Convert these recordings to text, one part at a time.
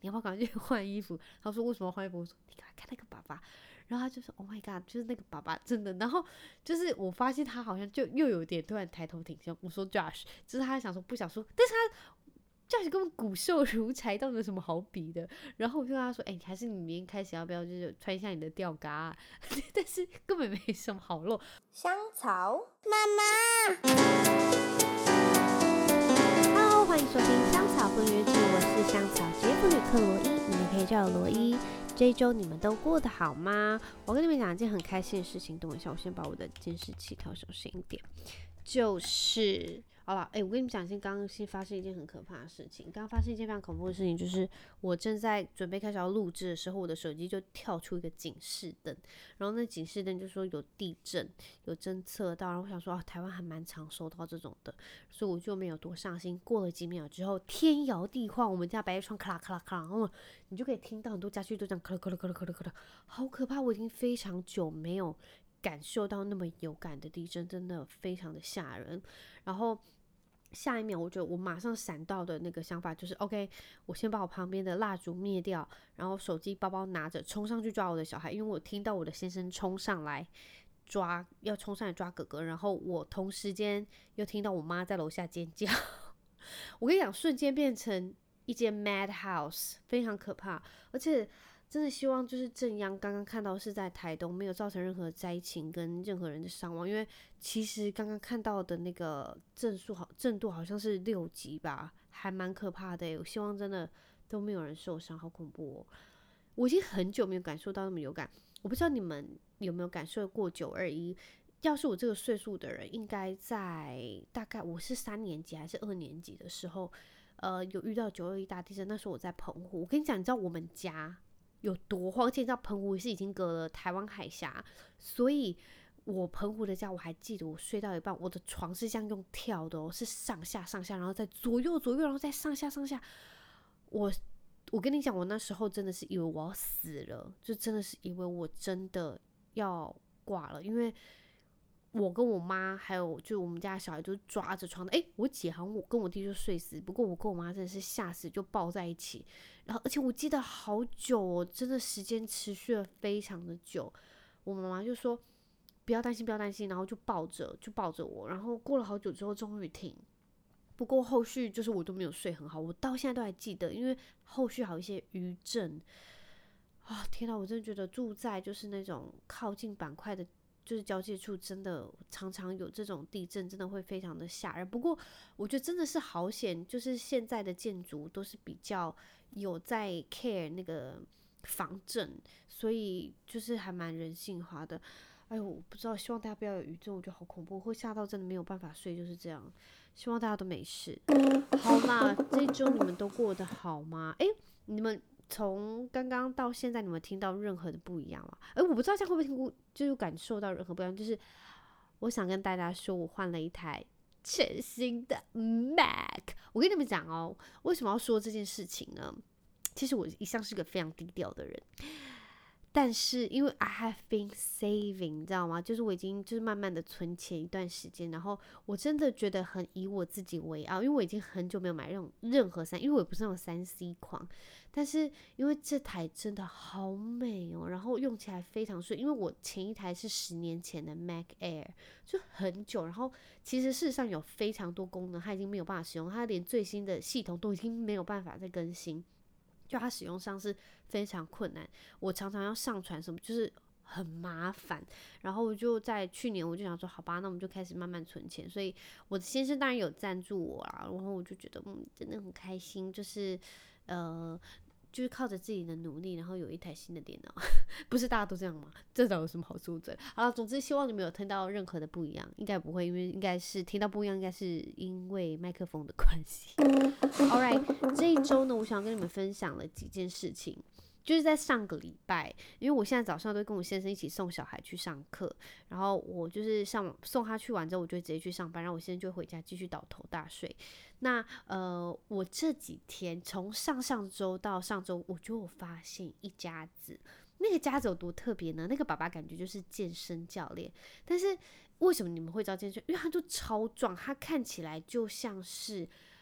要不要赶快去换衣服？他说为什么要换衣服？我说你赶快看那个爸爸。然后他就说 Oh my god， 就是那个爸爸真的。然后就是我发现他好像就又有点突然抬头挺胸。我说 Josh， 就是他想说不想说，但是他Josh 根本骨瘦如柴，到底有什么好比的？然后我就跟他说，还是你明天开始要不要就是穿一下你的吊嘎啊？但是根本没什么好露。 香草妈妈 ，Hello， 欢迎收听香草妇女日志，我是香草职业妇女克罗伊，你们可以叫我罗伊。这一周你们都过得好吗？我跟你们讲一件很开心的事情，等我一下，我先把我的监视器调小声一点。就是好了，我跟你们讲，刚刚发生一件很可怕的事情。刚刚发生一件非常恐怖的事情，就是我正在准备开始要录制的时候，我的手机就跳出一个警示灯，然后那警示灯就说有地震，有侦测到。然后我想说，台湾还蛮常收到这种的，所以我就没有多上心。过了几秒之后，天摇地晃，我们家百叶窗咔啦咔啦咔啦，然后你就可以听到很多家具都这样咔啦咔啦咔啦咔啦咔啦，好可怕！我已经非常久没有感受到那么有感的地震，真的非常的吓人。然后下一秒，我马上闪到的那个想法就是 OK， 我先把我旁边的蜡烛灭掉，然后手机包包拿着冲上去抓我的小孩，因为我听到我的先生冲上来要冲上来抓哥哥，然后我同时间又听到我妈在楼下尖叫。我跟你讲，瞬间变成一间 mad house， 非常可怕。而且真的希望就是正央刚刚看到是在台东，没有造成任何灾情跟任何人的伤亡，因为其实刚刚看到的那个震度好像是6级吧，还蛮可怕的。我希望真的都没有人受伤，好恐怖哦！我已经很久没有感受到那么有感，我不知道你们有没有感受过921。要是我这个岁数的人，应该在大概我是3年级还是2年级的时候，有遇到921大地震。那时候我在澎湖，我跟你讲，你知道我们家有多荒？而且你知道澎湖是已经隔了台湾海峡，所以我澎湖的家，我还记得我睡到一半，我的床是这样用跳的哦，是上下上下，然后再左右左右，然后再上下上下。我跟你讲，我那时候真的是以为我要死了，就真的是以为我真的要挂了，因为我跟我妈还有就我们家的小孩都抓着床的。我姐好像我跟我弟就睡死，不过我跟我妈真的是吓死，就抱在一起。然后而且我记得好久哦，真的时间持续了非常的久。我妈妈就说不要担心不要担心，然后就抱着我。然后过了好久之后终于停。不过后续就是我都没有睡很好，我到现在都还记得，因为后续还有一些余震啊！天哪，我真的觉得住在就是那种靠近板块的，就是交界处，真的常常有这种地震，真的会非常的吓人。不过我觉得真的是好险，就是现在的建筑都是比较有在 care 那个防震，所以就是还蛮人性化的。我不知道，希望大家不要有余震，我觉得好恐怖，会吓到真的没有办法睡，就是这样。希望大家都没事。好啦，这一周你们都过得好吗？你们从刚刚到现在，你们听到任何的不一样吗？我不知道这样会不会听过，就是感受到任何不一样。就是我想跟大家说，我换了一台全新的 Mac。我跟你们讲哦，为什么要说这件事情呢？其实我一向是个非常低调的人。但是因为 I have been saving， 你知道吗？就是我已经就是慢慢的存钱一段时间，然后我真的觉得很以我自己为傲，因为我已经很久没有买任何因为我也不是那种3C 狂，但是因为这台真的好美哦，然后用起来非常顺，因为我前一台是10年前的 Mac Air， 就很久，然后其实事实上有非常多功能它已经没有办法使用，它连最新的系统都已经没有办法再更新。就它使用上是非常困难，我常常要上传什么，就是很麻烦。然后我就在去年我就想说，好吧，那我们就开始慢慢存钱。所以我的先生当然有赞助我啦，然后我就觉得真的很开心，就是靠着自己的努力，然后有一台新的电脑。不是大家都这样吗？这有什么好说的？好了，总之希望你们有听到任何的不一样，应该不会，因为应该是听到不一样，应该是因为麦克风的关系。Alright， 这一周呢，我想跟你们分享了几件事情。就是在上个礼拜，因为我现在早上都跟我先生一起送小孩去上课，然后我就是送他去完之后，我就直接去上班，然后我先生就回家继续倒头大睡。那我这几天从上周到上周，我就发现一家子，那个家子有多特别呢？那个爸爸感觉就是健身教练，但是为什么你们会知道健身？因为他就超壮，他看起来就像是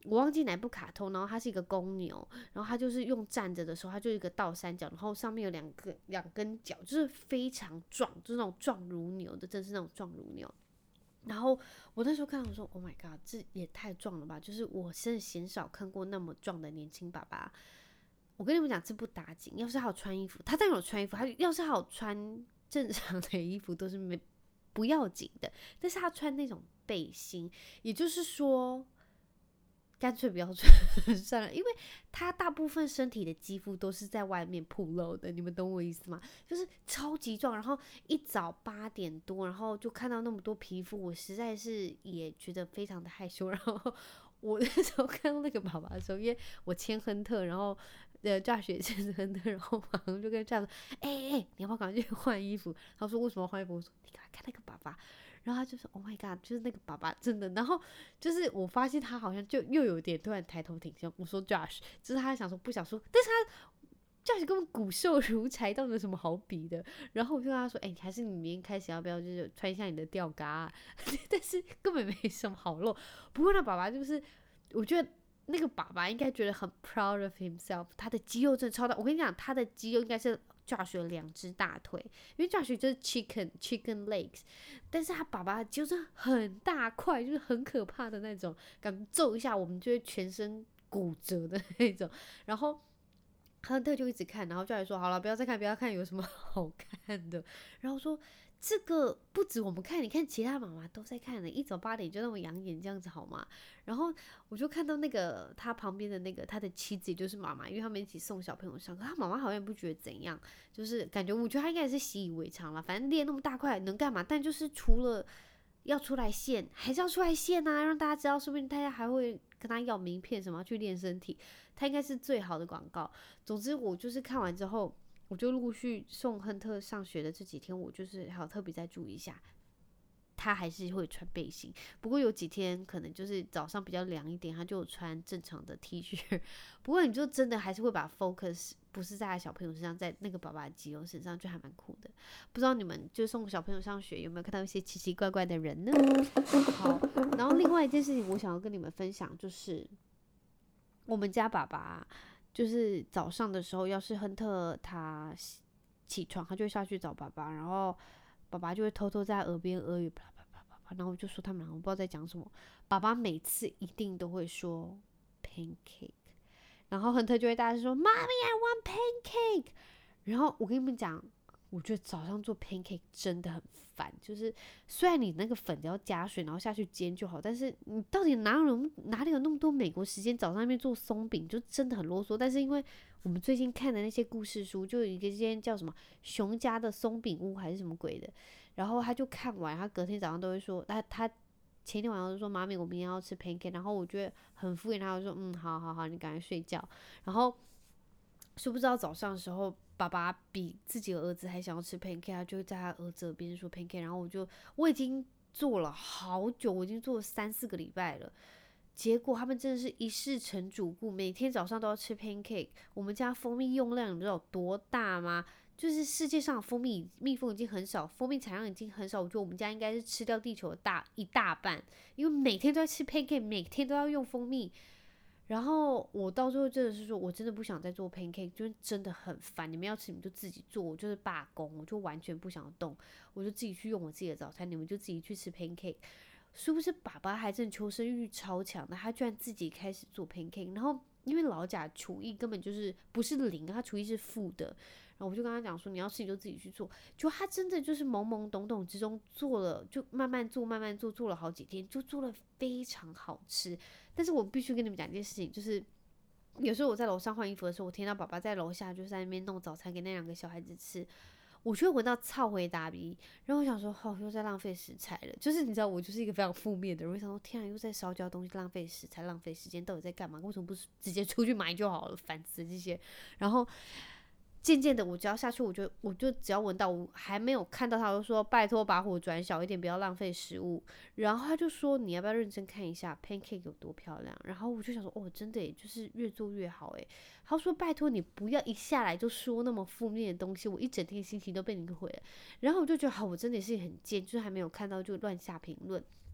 我忘记哪部卡通，然后它是一个公牛，然后它就是用站着的时候，它就一个倒三角，然后上面有两根脚，就是非常壮，就是那种壮如牛的，真是那种壮如牛。然后我那时候看到我说 ，Oh my god， 这也太壮了吧！就是我真的鲜少看过那么壮的年轻爸爸。我跟你们讲，这不打紧。要是他有穿衣服，他当然有穿衣服。他要是他有穿正常的衣服，都是不要紧的。但是他穿那种背心，也就是说，干脆不要穿算了，因为他大部分身体的肌肤都是在外面暴露的，你们懂我意思吗？就是超级壮，然后一早8点多，然后就看到那么多皮肤，我实在是也觉得非常的害羞。然后我那时候看到那个爸爸的时候，因为我签亨特，然后Josh 也签亨特，然后马上就跟 Josh 说：“你要不要赶快去换衣服？”他说：“为什么要换衣服？”我说：“你赶快看那个爸爸。”然后他就说 ：“Oh my god，就是那个爸爸真的。”然后就是我发现他好像就又有点突然抬头挺胸。我说 Josh，就是他想说不想说，但是他 Josh 根本骨瘦如柴，到底有什么好比的？然后我就跟他说：“还是你明天开始要不要就是穿一下你的吊嘎啊？”但是根本没什么好露。不过那爸爸就是，我觉得那个爸爸应该觉得很 proud of himself， 他的肌肉真的超大。我跟你讲，他的肌肉应该是Josh 的2只大腿，因为Josh 就是 chicken legs， 但是他爸爸的肌肉真的很大块，就是很可怕的那种，敢揍一下我们就会全身骨折的那种。然后亨特就一直看，然后就来说：“好了，不要再看，不要看，有什么好看的？”然后说：“这个不止我们看，你看其他妈妈都在看的，一早8点就那么养眼，这样子好吗？”然后我就看到那个他旁边的那个他的妻子，也就是妈妈，因为他们一起送小朋友上课，他妈妈好像不觉得怎样，就是感觉我觉得他应该也是习以为常了，反正练那么大块能干嘛？但就是除了要出来现，还是要出来现啊，让大家知道，说不定大家还会跟他要名片什么去练身体，他应该是最好的广告。总之，我就是看完之后，我就陆续送亨特上学的这几天，我就是还有特别再注意一下，他还是会穿背心。不过有几天可能就是早上比较凉一点，他就有穿正常的 T 恤。不过你就真的还是会把 focus 不是在小朋友身上，在那个爸爸的肌肉身上，就还蛮酷的。不知道你们就送小朋友上学有没有看到一些奇奇怪怪的人呢？好，然后另外一件事情我想要跟你们分享，就是我们家爸爸就是早上的时候，要是亨特他起床，他就会下去找爸爸，然后爸爸就会偷偷在耳边耳语啪啪啪啪啪，然后我就说他们两个不知道在讲什么。爸爸每次一定都会说 pancake， 然后亨特就会大声说 Mommy I want pancake。然后我跟你们讲，我觉得早上做 pancake 真的很烦，就是虽然你那个粉只要加水，然后下去煎就好，但是你到底哪里有那么多美国时间早上那边做松饼，就真的很啰嗦。但是因为我们最近看的那些故事书，就有一个间叫什么熊家的松饼屋还是什么鬼的，然后他就看完，他隔天早上都会说，他前天晚上就说妈咪我明天要吃 pancake， 然后我觉得很敷衍他，就说好好好，你赶快睡觉。然后殊不知道早上的时候，爸爸比自己的儿子还想要吃 pancake， 他就会在他儿子耳边说 pancake， 然后我已经做了好久，我已经做了3-4个礼拜了。结果他们真的是一试成主顾，每天早上都要吃 pancake。我们家蜂蜜用量你知道有多大吗？就是世界上的蜜蜂已经很少，蜂蜜产量已经很少，我觉得我们家应该是吃掉地球的一大半，因为每天都在吃 pancake， 每天都要用蜂蜜。然后我到最后真的是说，我真的不想再做 pancake， 就是真的很烦。你们要吃你们就自己做，我就是罢工，我就完全不想动，我就自己去用我自己的早餐，你们就自己去吃 pancake。是不是爸爸还真的求生欲超强的？他居然自己开始做 pancake， 然后因为老贾厨艺根本就是不是零，他厨艺是负的。然后我就跟他讲说，你要吃你就自己去做。就他真的就是懵懵懂懂之中做了，就慢慢做，做了好几天，就做了非常好吃。但是我必须跟你们讲一件事情，就是有时候我在楼上换衣服的时候，我听到爸爸在楼下就在那边弄早餐给那2个小孩子吃，我就会闻到臭回答鼻，然后我想说，又在浪费食材了。就是你知道，我就是一个非常负面的人，我想说，天啊，又在烧焦东西，浪费食材，浪费时间，到底在干嘛？为什么不是直接出去买就好了？烦死这些。然后渐渐的，我只要下去，我就只要闻到，我还没有看到他，我就说拜托把火转小一点，不要浪费食物。然后他就说你要不要认真看一下 pancake 有多漂亮？然后我就想说，真的耶，就是越做越好耶。他说拜托你不要一下来就说那么负面的东西，我一整天心情都被你毁了。然后我就觉得好，我真的是很贱，就是还没有看到就乱下评论。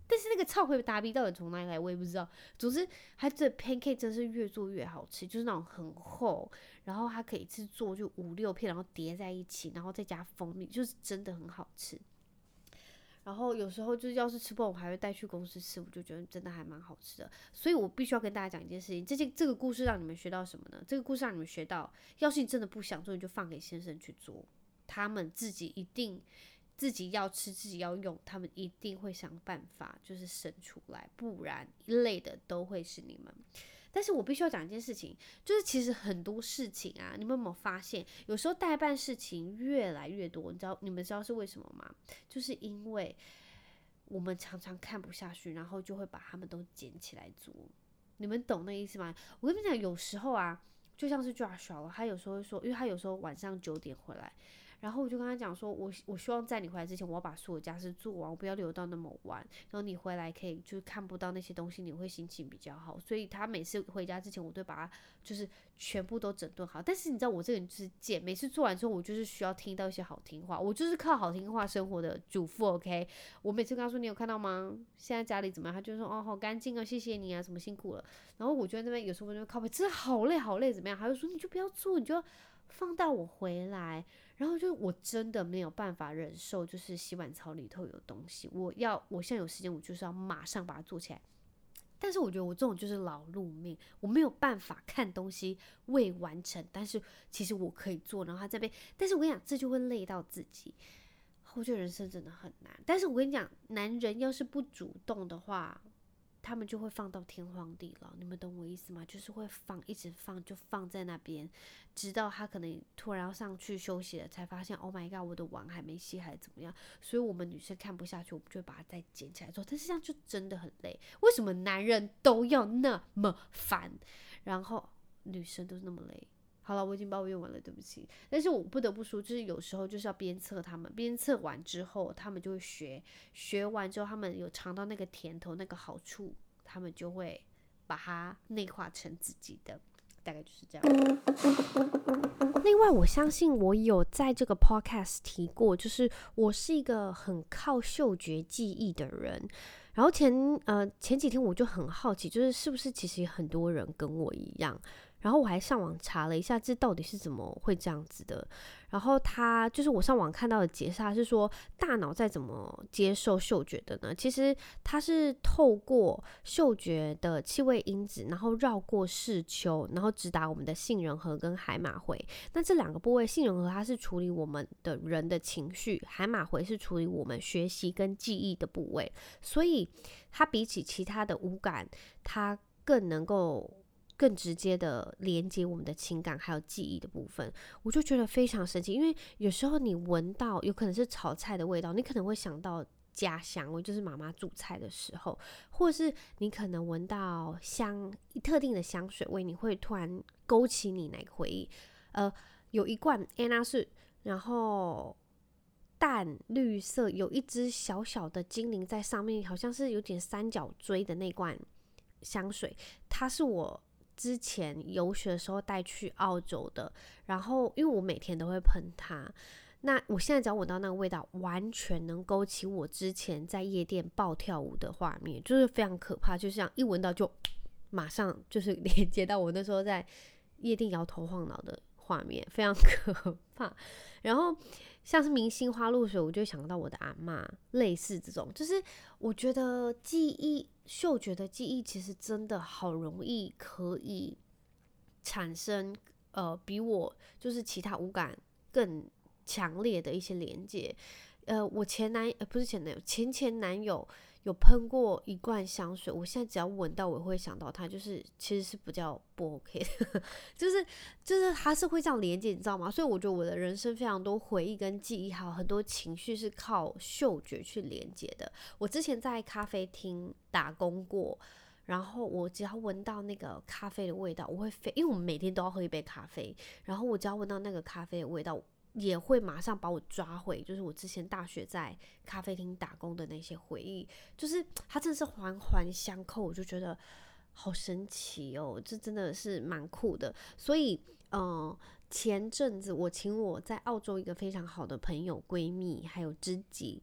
但是那个超回达比到底从哪里来我也不知道。总之它的 pancake 真是越做越好吃，就是那种很厚，然后它可以一次做就5-6片，然后叠在一起，然后再加蜂蜜，就是真的很好吃。然后有时候就是要是吃不完，我还会带去公司吃，我就觉得真的还蛮好吃的。所以我必须要跟大家讲一件事情，这个故事让你们学到什么呢？这个故事让你们学到，要是你真的不想做，你就放给先生去做，他们自己一定自己要吃自己要用，他们一定会想办法就是生出来，不然累的都会是你们。但是我必须要讲一件事情，就是其实很多事情啊，你们有没有发现，有时候代办事情越来越多，你们知道是为什么吗？就是因为我们常常看不下去，然后就会把他们都捡起来做。你们懂那意思吗？我跟你们讲，有时候啊，就像是 Joshua， 他有时候会说，因为他有时候晚上9点回来。然后我就跟他讲说，我希望在你回来之前，我要把所有家事做完，我不要留到那么晚。然后你回来可以就看不到那些东西，你会心情比较好。所以他每次回家之前，我都把他就是全部都整顿好。但是你知道我这个人就是贱，每次做完之后，我就是需要听到一些好听话，我就是靠好听话生活的主妇。OK， 我每次跟他说你有看到吗？现在家里怎么样？他就说哦好干净啊，谢谢你啊，什么辛苦了。然后我觉得那边有时候我就靠北，真的好累好累，怎么样？他就说你就不要做，你就放到我回来。然后就我真的没有办法忍受，就是洗碗槽里头有东西，我现在有时间，我就是要马上把它做起来。但是我觉得我这种就是劳碌命，我没有办法看东西未完成，但是其实我可以做，然后他这边，但是我跟你讲，这就会累到自己。我觉得人生真的很难，但是我跟你讲，男人要是不主动的话，他们就会放到天荒地老，你们懂我意思吗？就是会放，一直放，就放在那边，直到他可能突然要上去休息了，才发现 Oh my god， 我的碗还没洗，还是怎么样？所以我们女生看不下去，我们就会把它再捡起来做。但是这样就真的很累。为什么男人都要那么烦，然后女生都那么累？好了，我已经抱怨完了，对不起。但是我不得不说，就是有时候就是要鞭策他们，鞭策完之后，他们就会学完之后，他们有尝到那个甜头、那个好处，他们就会把它内化成自己的，大概就是这样。另外，我相信我有在这个 podcast 提过，就是我是一个很靠嗅觉记忆的人。然后前几天我就很好奇，就是是不是其实很多人跟我一样。然后我还上网查了一下，这到底是怎么会这样子的。然后就是我上网看到的解释是说，大脑在怎么接受嗅觉的呢？其实它是透过嗅觉的气味因子，然后绕过视丘，然后直达我们的杏仁核跟海马回。那这两个部位，杏仁核它是处理我们的人的情绪，海马回是处理我们学习跟记忆的部位。所以它比起其他的五感，它更能够更直接的连接我们的情感还有记忆的部分。我就觉得非常神奇，因为有时候你闻到有可能是炒菜的味道，你可能会想到家乡味，就是妈妈煮菜的时候，或是你可能闻到特定的香水味，你会突然勾起你哪个回忆。有一罐安娜是，然后淡绿色，有一只小小的精灵在上面，好像是有点三角锥的那罐香水，它是我之前游学的时候带去澳洲的。然后因为我每天都会喷它，那我现在只要闻到那个味道，完全能勾起我之前在夜店暴跳舞的画面，就是非常可怕，就像一闻到就马上就是连接到我那时候在夜店摇头晃脑的画面，非常可怕。然后像是明星花露水，我就想到我的阿嬷，类似这种，就是我觉得嗅觉的记忆其实真的好容易可以产生比我就是其他五感更强烈的一些连接。我前男友有喷过一罐香水，我现在只要闻到我会想到他，就是其实是比较不 OK 的就是他是会这样连接，你知道吗？所以我觉得我的人生非常多回忆跟记忆，还有很多情绪是靠嗅觉去连接的。我之前在咖啡厅打工过，然后我只要闻到那个咖啡的味道，我会因为我们每天都要喝一杯咖啡，然后我只要闻到那个咖啡的味道，也会马上把我抓回，就是我之前大学在咖啡厅打工的那些回忆，就是它真的是环环相扣，我就觉得好神奇哦，这真的是蛮酷的。所以前阵子我请我在澳洲一个非常好的朋友闺蜜还有知己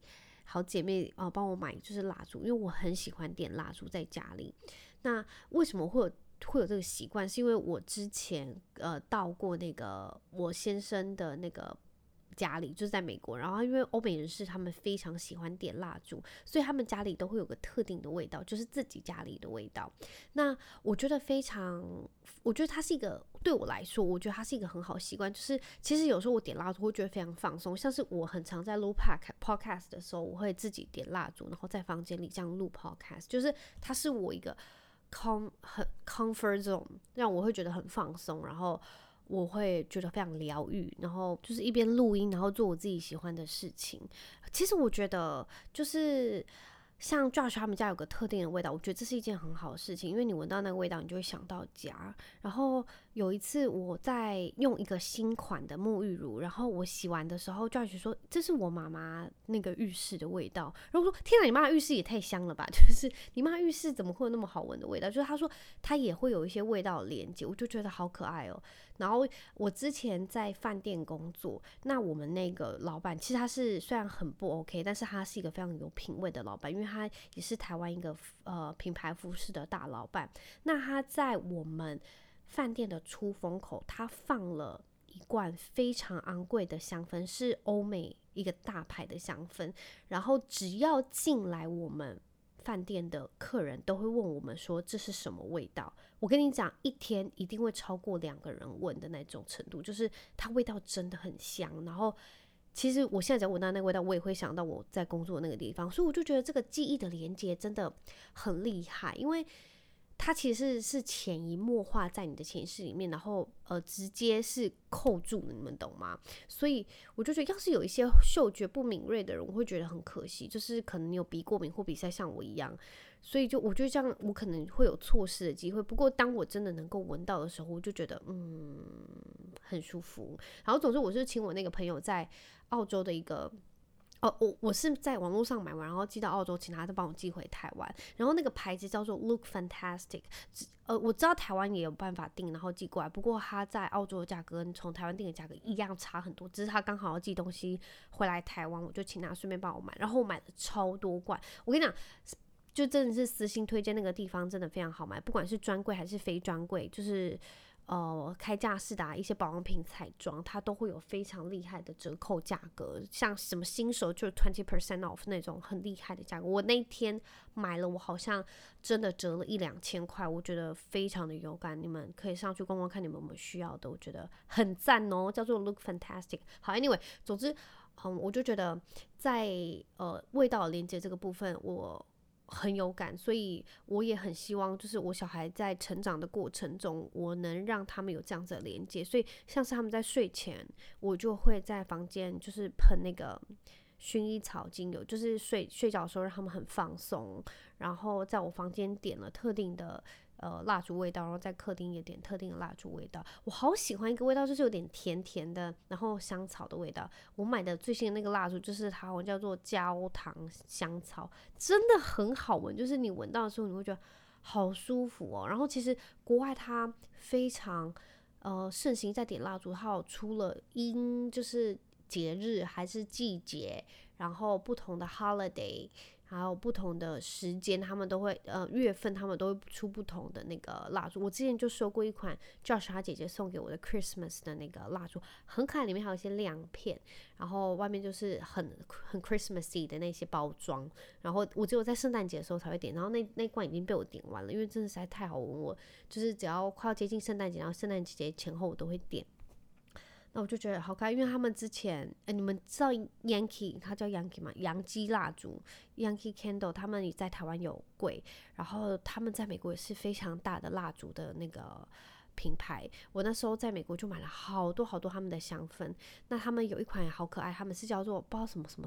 好姐妹帮我买就是蜡烛，因为我很喜欢点蜡烛在家里。那为什么会有这个习惯？是因为我之前到过那个我先生的那个家里，就是在美国，然后因为欧美人士他们非常喜欢点蜡烛，所以他们家里都会有个特定的味道，就是自己家里的味道。那我觉得它是一个对我来说，我觉得它是一个很好的习惯。就是其实有时候我点蜡烛会觉得非常放松，像是我很常在录 podcast 的时候，我会自己点蜡烛，然后在房间里这样录 podcast， 就是它是我一个很 comfort zone， 让我会觉得很放松，然后我会觉得非常疗愈，然后就是一边录音，然后做我自己喜欢的事情。其实我觉得就是像 Josh 他们家有个特定的味道，我觉得这是一件很好的事情，因为你闻到那个味道，你就会想到家。然后有一次我在用一个新款的沐浴乳，然后我洗完的时候 Josh 说这是我妈妈那个浴室的味道，然后我说天哪，你妈的浴室也太香了吧，就是你妈浴室怎么会有那么好闻的味道，就是他说他也会有一些味道的连接，我就觉得好可爱哦。然后我之前在饭店工作，那我们那个老板其实他是虽然很不 OK， 但是他是一个非常有品味的老板，因为他也是台湾一个品牌服饰的大老板。那他在我们饭店的出风口，他放了一罐非常昂贵的香氛，是欧美一个大牌的香氛，然后只要进来我们饭店的客人都会问我们说这是什么味道。我跟你讲，一天一定会超过2个人问的那种程度，就是它味道真的很香。然后其实我现在只要闻到那个味道，我也会想到我在工作的那个地方，所以我就觉得这个记忆的连接真的很厉害，因为它其实是潜移默化在你的潜意识里面，然后直接是扣住的，你们懂吗？所以我就觉得，要是有一些嗅觉不敏锐的人，我会觉得很可惜，就是可能你有鼻过敏或鼻塞，像我一样，所以我觉得这样我可能会有错失的机会。不过当我真的能够闻到的时候，我就觉得很舒服。然后总之我是请我那个朋友在澳洲的一个。我是在网络上买完，然后寄到澳洲，请他再帮我寄回台湾。然后那个牌子叫做 Look Fantastic，我知道台湾也有办法订，然后寄过来。不过他在澳洲的价格跟从台湾订的价格一样差很多，只是他刚好要寄东西回来台湾，我就请他顺便帮我买。然后我买了超多罐，我跟你讲，就真的是私心推荐那个地方，真的非常好买，不管是专柜还是非专柜，就是开架式的一些保养品彩妆，它都会有非常厉害的折扣价格，像什么新手就是 20% off 那种很厉害的价格。我那天买了，我好像真的折了1-2千块，我觉得非常的有感。你们可以上去逛逛看，你们有没有需要的，我觉得很赞哦，叫做 Look Fantastic。好 ，Anyway， 总之，我就觉得在味道的连接这个部分，我很有感，所以我也很希望就是我小孩在成长的过程中，我能让他们有这样子的连接。所以像是他们在睡前，我就会在房间就是喷那个薰衣草精油，就是睡觉的时候让他们很放松。然后在我房间点了特定的蜡烛味道，然后在客厅也点特定的蜡烛味道。我好喜欢一个味道，就是有点甜甜的，然后香草的味道。我买的最新的那个蜡烛就是它好像叫做焦糖香草，真的很好闻，就是你闻到的时候你会觉得好舒服哦。然后其实国外它非常盛行在点蜡烛，它有出了就是节日还是季节，然后不同的 holiday，还有不同的时间，他们都会月份，他们都会出不同的那个蜡烛。我之前就收过一款 Josh 他姐姐送给我的 Christmas 的那个蜡烛，很可爱，里面还有一些亮片，然后外面就是很 Christmassy 的那些包装。然后我只有在圣诞节的时候才会点，然后那罐已经被我点完了，因为真的实在太好闻，我就是只要快要接近圣诞节，然后圣诞节前后我都会点。那我就觉得好可爱，因为他们之前，你们知道 Yankee， 它叫 Yankee 吗？洋基蜡烛 Yankee Candle， 他们在台湾有柜，然后他们在美国也是非常大的蜡烛的那个品牌。我那时候在美国就买了好多好多他们的香氛。那他们有一款也好可爱，他们是叫做不知道什么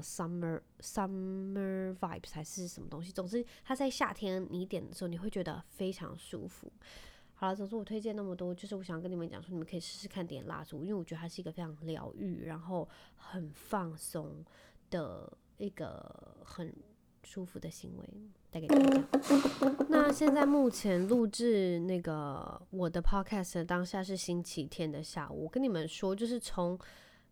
Summer Vibes 还是什么东西，总之它在夏天你点的时候，你会觉得非常舒服。好了，总之我推荐那么多，就是我想跟你们讲说，你们可以试试看点蜡烛，因为我觉得它是一个非常疗愈，然后很放松的一个很舒服的行为，带给大家。那现在目前录制那个我的 podcast 的当下是星期天的下午，我跟你们说，就是从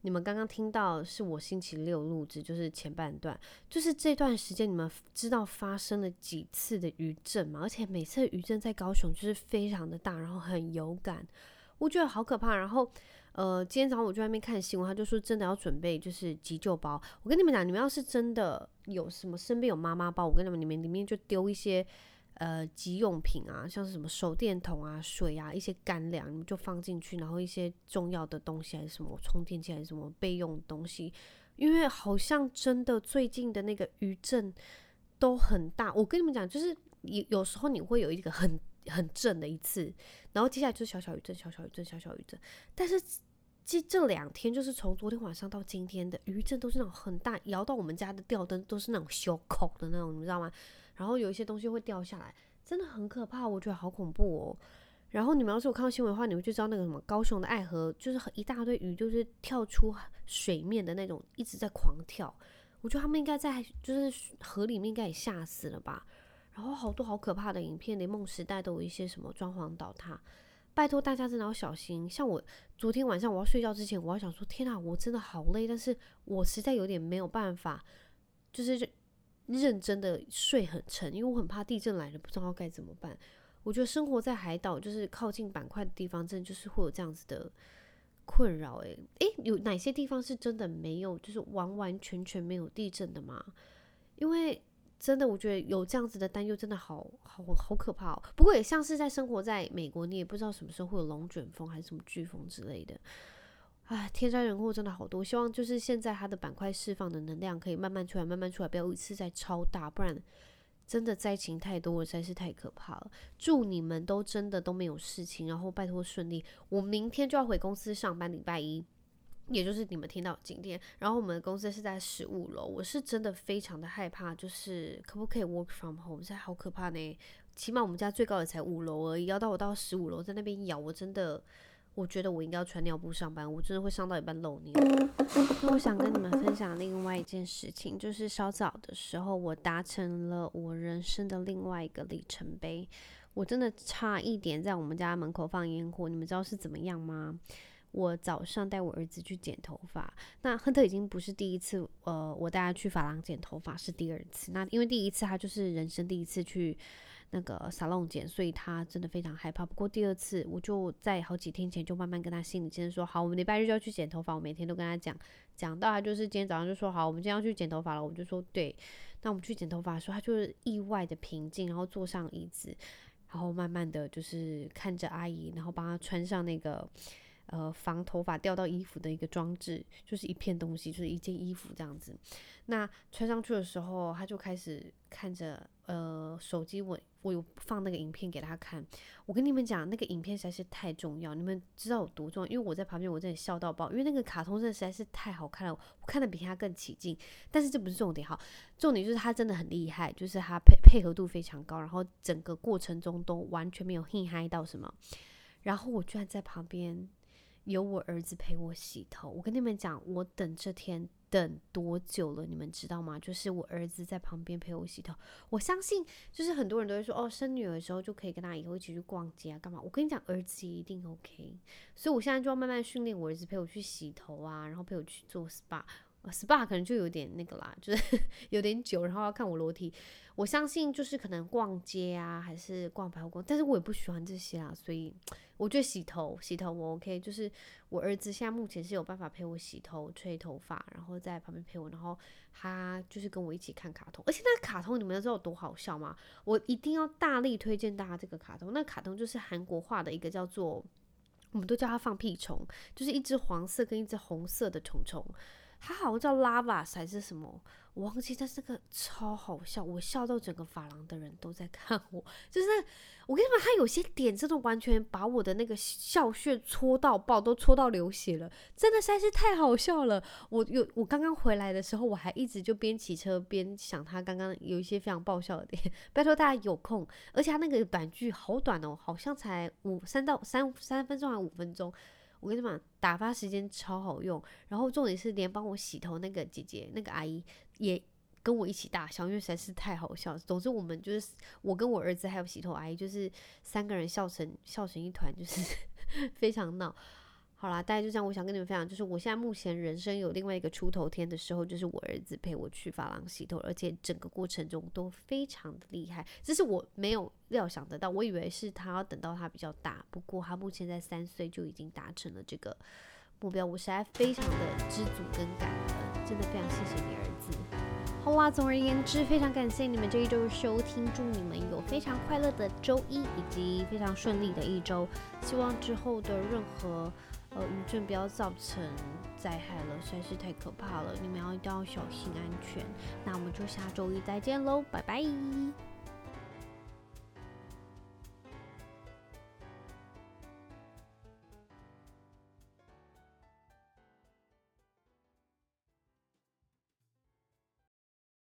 你们刚刚听到是我星期六录制，就是前半段，就是这段时间你们知道发生了几次的余震吗？而且每次的余震在高雄就是非常的大，然后很有感，我觉得好可怕。然后今天早上我就在那边看新闻，他就说真的要准备就是急救包。我跟你们讲，你们要是真的有什么身边有妈妈包，我跟你们里面就丢一些急用品啊，像是什么手电筒啊、水啊、一些干粮，你们就放进去，然后一些重要的东西还是什么充电器还是什么备用的东西，因为好像真的最近的那个余震都很大。我跟你们讲，就是有时候你会有一个很震的一次，然后接下来就是小小余震、小小余震、小小余震，但是这2天就是从昨天晚上到今天的余震都是那种很大，摇到我们家的吊灯都是那种小孔的那种，你知道吗？然后有一些东西会掉下来，真的很可怕，我觉得好恐怖哦。然后你们要是有看到新闻的话，你们就知道那个什么高雄的爱河，就是一大堆鱼，就是跳出水面的那种，一直在狂跳。我觉得他们应该在就是河里面应该也吓死了吧。然后好多好可怕的影片，连梦时代都有一些什么装潢倒塌，拜托大家真的要小心。像我昨天晚上我要睡觉之前，我要想说天啊，我真的好累，但是我实在有点没有办法，就是认真的睡很沉，因为我很怕地震来了不知道该怎么办。我觉得生活在海岛就是靠近板块的地方，真的就是会有这样子的困扰。有哪些地方是真的没有，就是完完全全没有地震的吗？因为真的我觉得有这样子的担忧真的好可怕哦。不过也像是在生活在美国，你也不知道什么时候会有龙卷风还是什么飓风之类的。天灾人祸真的好多，希望就是现在它的板块释放的能量可以慢慢出来，慢慢出来，不要一次再超大，不然真的灾情太多了，实在是太可怕了。祝你们都真的都没有事情，然后拜托顺利。我明天就要回公司上班，礼拜一，也就是你们听到今天。然后我们的公司是在15楼，我是真的非常的害怕，就是可不可以 work from home， 现在好可怕呢。起码我们家最高也才5楼而已，要到我到15楼在那边咬，我真的。我觉得我应该要穿尿布上班，我真的会上到一半漏尿。那我想跟你们分享另外一件事情，就是稍早的时候，我达成了我人生的另外一个里程碑。我真的差一点在我们家门口放烟火，你们知道是怎么样吗？我早上带我儿子去剪头发，那亨特已经不是第一次，我带他去发廊剪头发是第2次。那因为第1次他就是人生第1次去那个沙龙剪，所以他真的非常害怕。不过第2次，我就在好几天前就慢慢跟他心理医生说，好，我们礼拜日就要去剪头发。我每天都跟他讲到他就是今天早上就说好，我们今天要去剪头发了。我就说对，那我们去剪头发的时候，他就是意外的平静，然后坐上椅子，然后慢慢的就是看着阿姨，然后帮他穿上那个防头发掉到衣服的一个装置，就是一片东西，就是一件衣服这样子。那穿上去的时候，他就开始看着手机，我有放那个影片给他看。我跟你们讲，那个影片实在是太重要，你们知道有多重要？因为我在旁边，我真的笑到爆，因为那个卡通真的实在是太好看了，我看的比他更起劲。但是这不是重点，好，重点就是他真的很厉害，就是他配合度非常高，然后整个过程中都完全没有嗨到什么。然后我居然在旁边有我儿子陪我洗头。我跟你们讲，我等这天等多久了，你们知道吗？就是我儿子在旁边陪我洗头。我相信就是很多人都会说，生女儿的时候就可以跟他以后一起去逛街啊干嘛。我跟你讲，儿子一定 OK。所以我现在就要慢慢训练我儿子陪我去洗头啊，然后陪我去做 SPA。SPA 可能就有点那个啦，就是有点久，然后要看我裸体。我相信就是可能逛街啊，还是逛百货公司，但是我也不喜欢这些啊，所以我觉得洗头我 OK。就是我儿子现在目前是有办法陪我洗头、吹头发，然后在旁边陪我，然后他就是跟我一起看卡通。而且那个卡通你们知道有多好笑吗？我一定要大力推荐大家这个卡通。那个卡通就是韩国画的一个叫做，我们都叫它放屁虫，就是一只黄色跟一只红色的虫虫。它好像叫 Lavas 还是什么，我忘记，但是那个超好笑，我笑到整个发廊的人都在看我。就是我跟你们，他有些点真的完全把我的那个笑穴戳到爆，都戳到流血了，真的实在是太好笑了。我刚刚回来的时候，我还一直就边骑车边想他刚刚有一些非常爆笑的点。拜托大家有空，而且他那个短剧好短哦，好像才3分钟还5分钟。我跟你们讲，打发时间超好用，然后重点是连帮我洗头那个姐姐那个阿姨也跟我一起大笑，因为实在是太好笑了。总之我们就是我跟我儿子还有洗头阿姨，就是3个人笑成一团，就是非常闹。 好啦，大概就这样。我想跟你们分享，就是我现在目前人生有另外一个出头天的时候，就是我儿子陪我去发廊洗头，而且整个过程中都非常的厉害，这是我没有料想得到。我以为是他要等到他比较大，不过他目前在3岁就已经达成了这个目标，我实在非常的知足跟感恩，真的非常谢谢你儿子。好啦，总而言之，非常感谢你们这一周的收听，祝你们有非常快乐的周一，以及非常顺利的一周。希望之后的任何余震不要造成灾害了，实在是太可怕了，你们一定要小心安全。那我们就下周一再见喽，拜拜。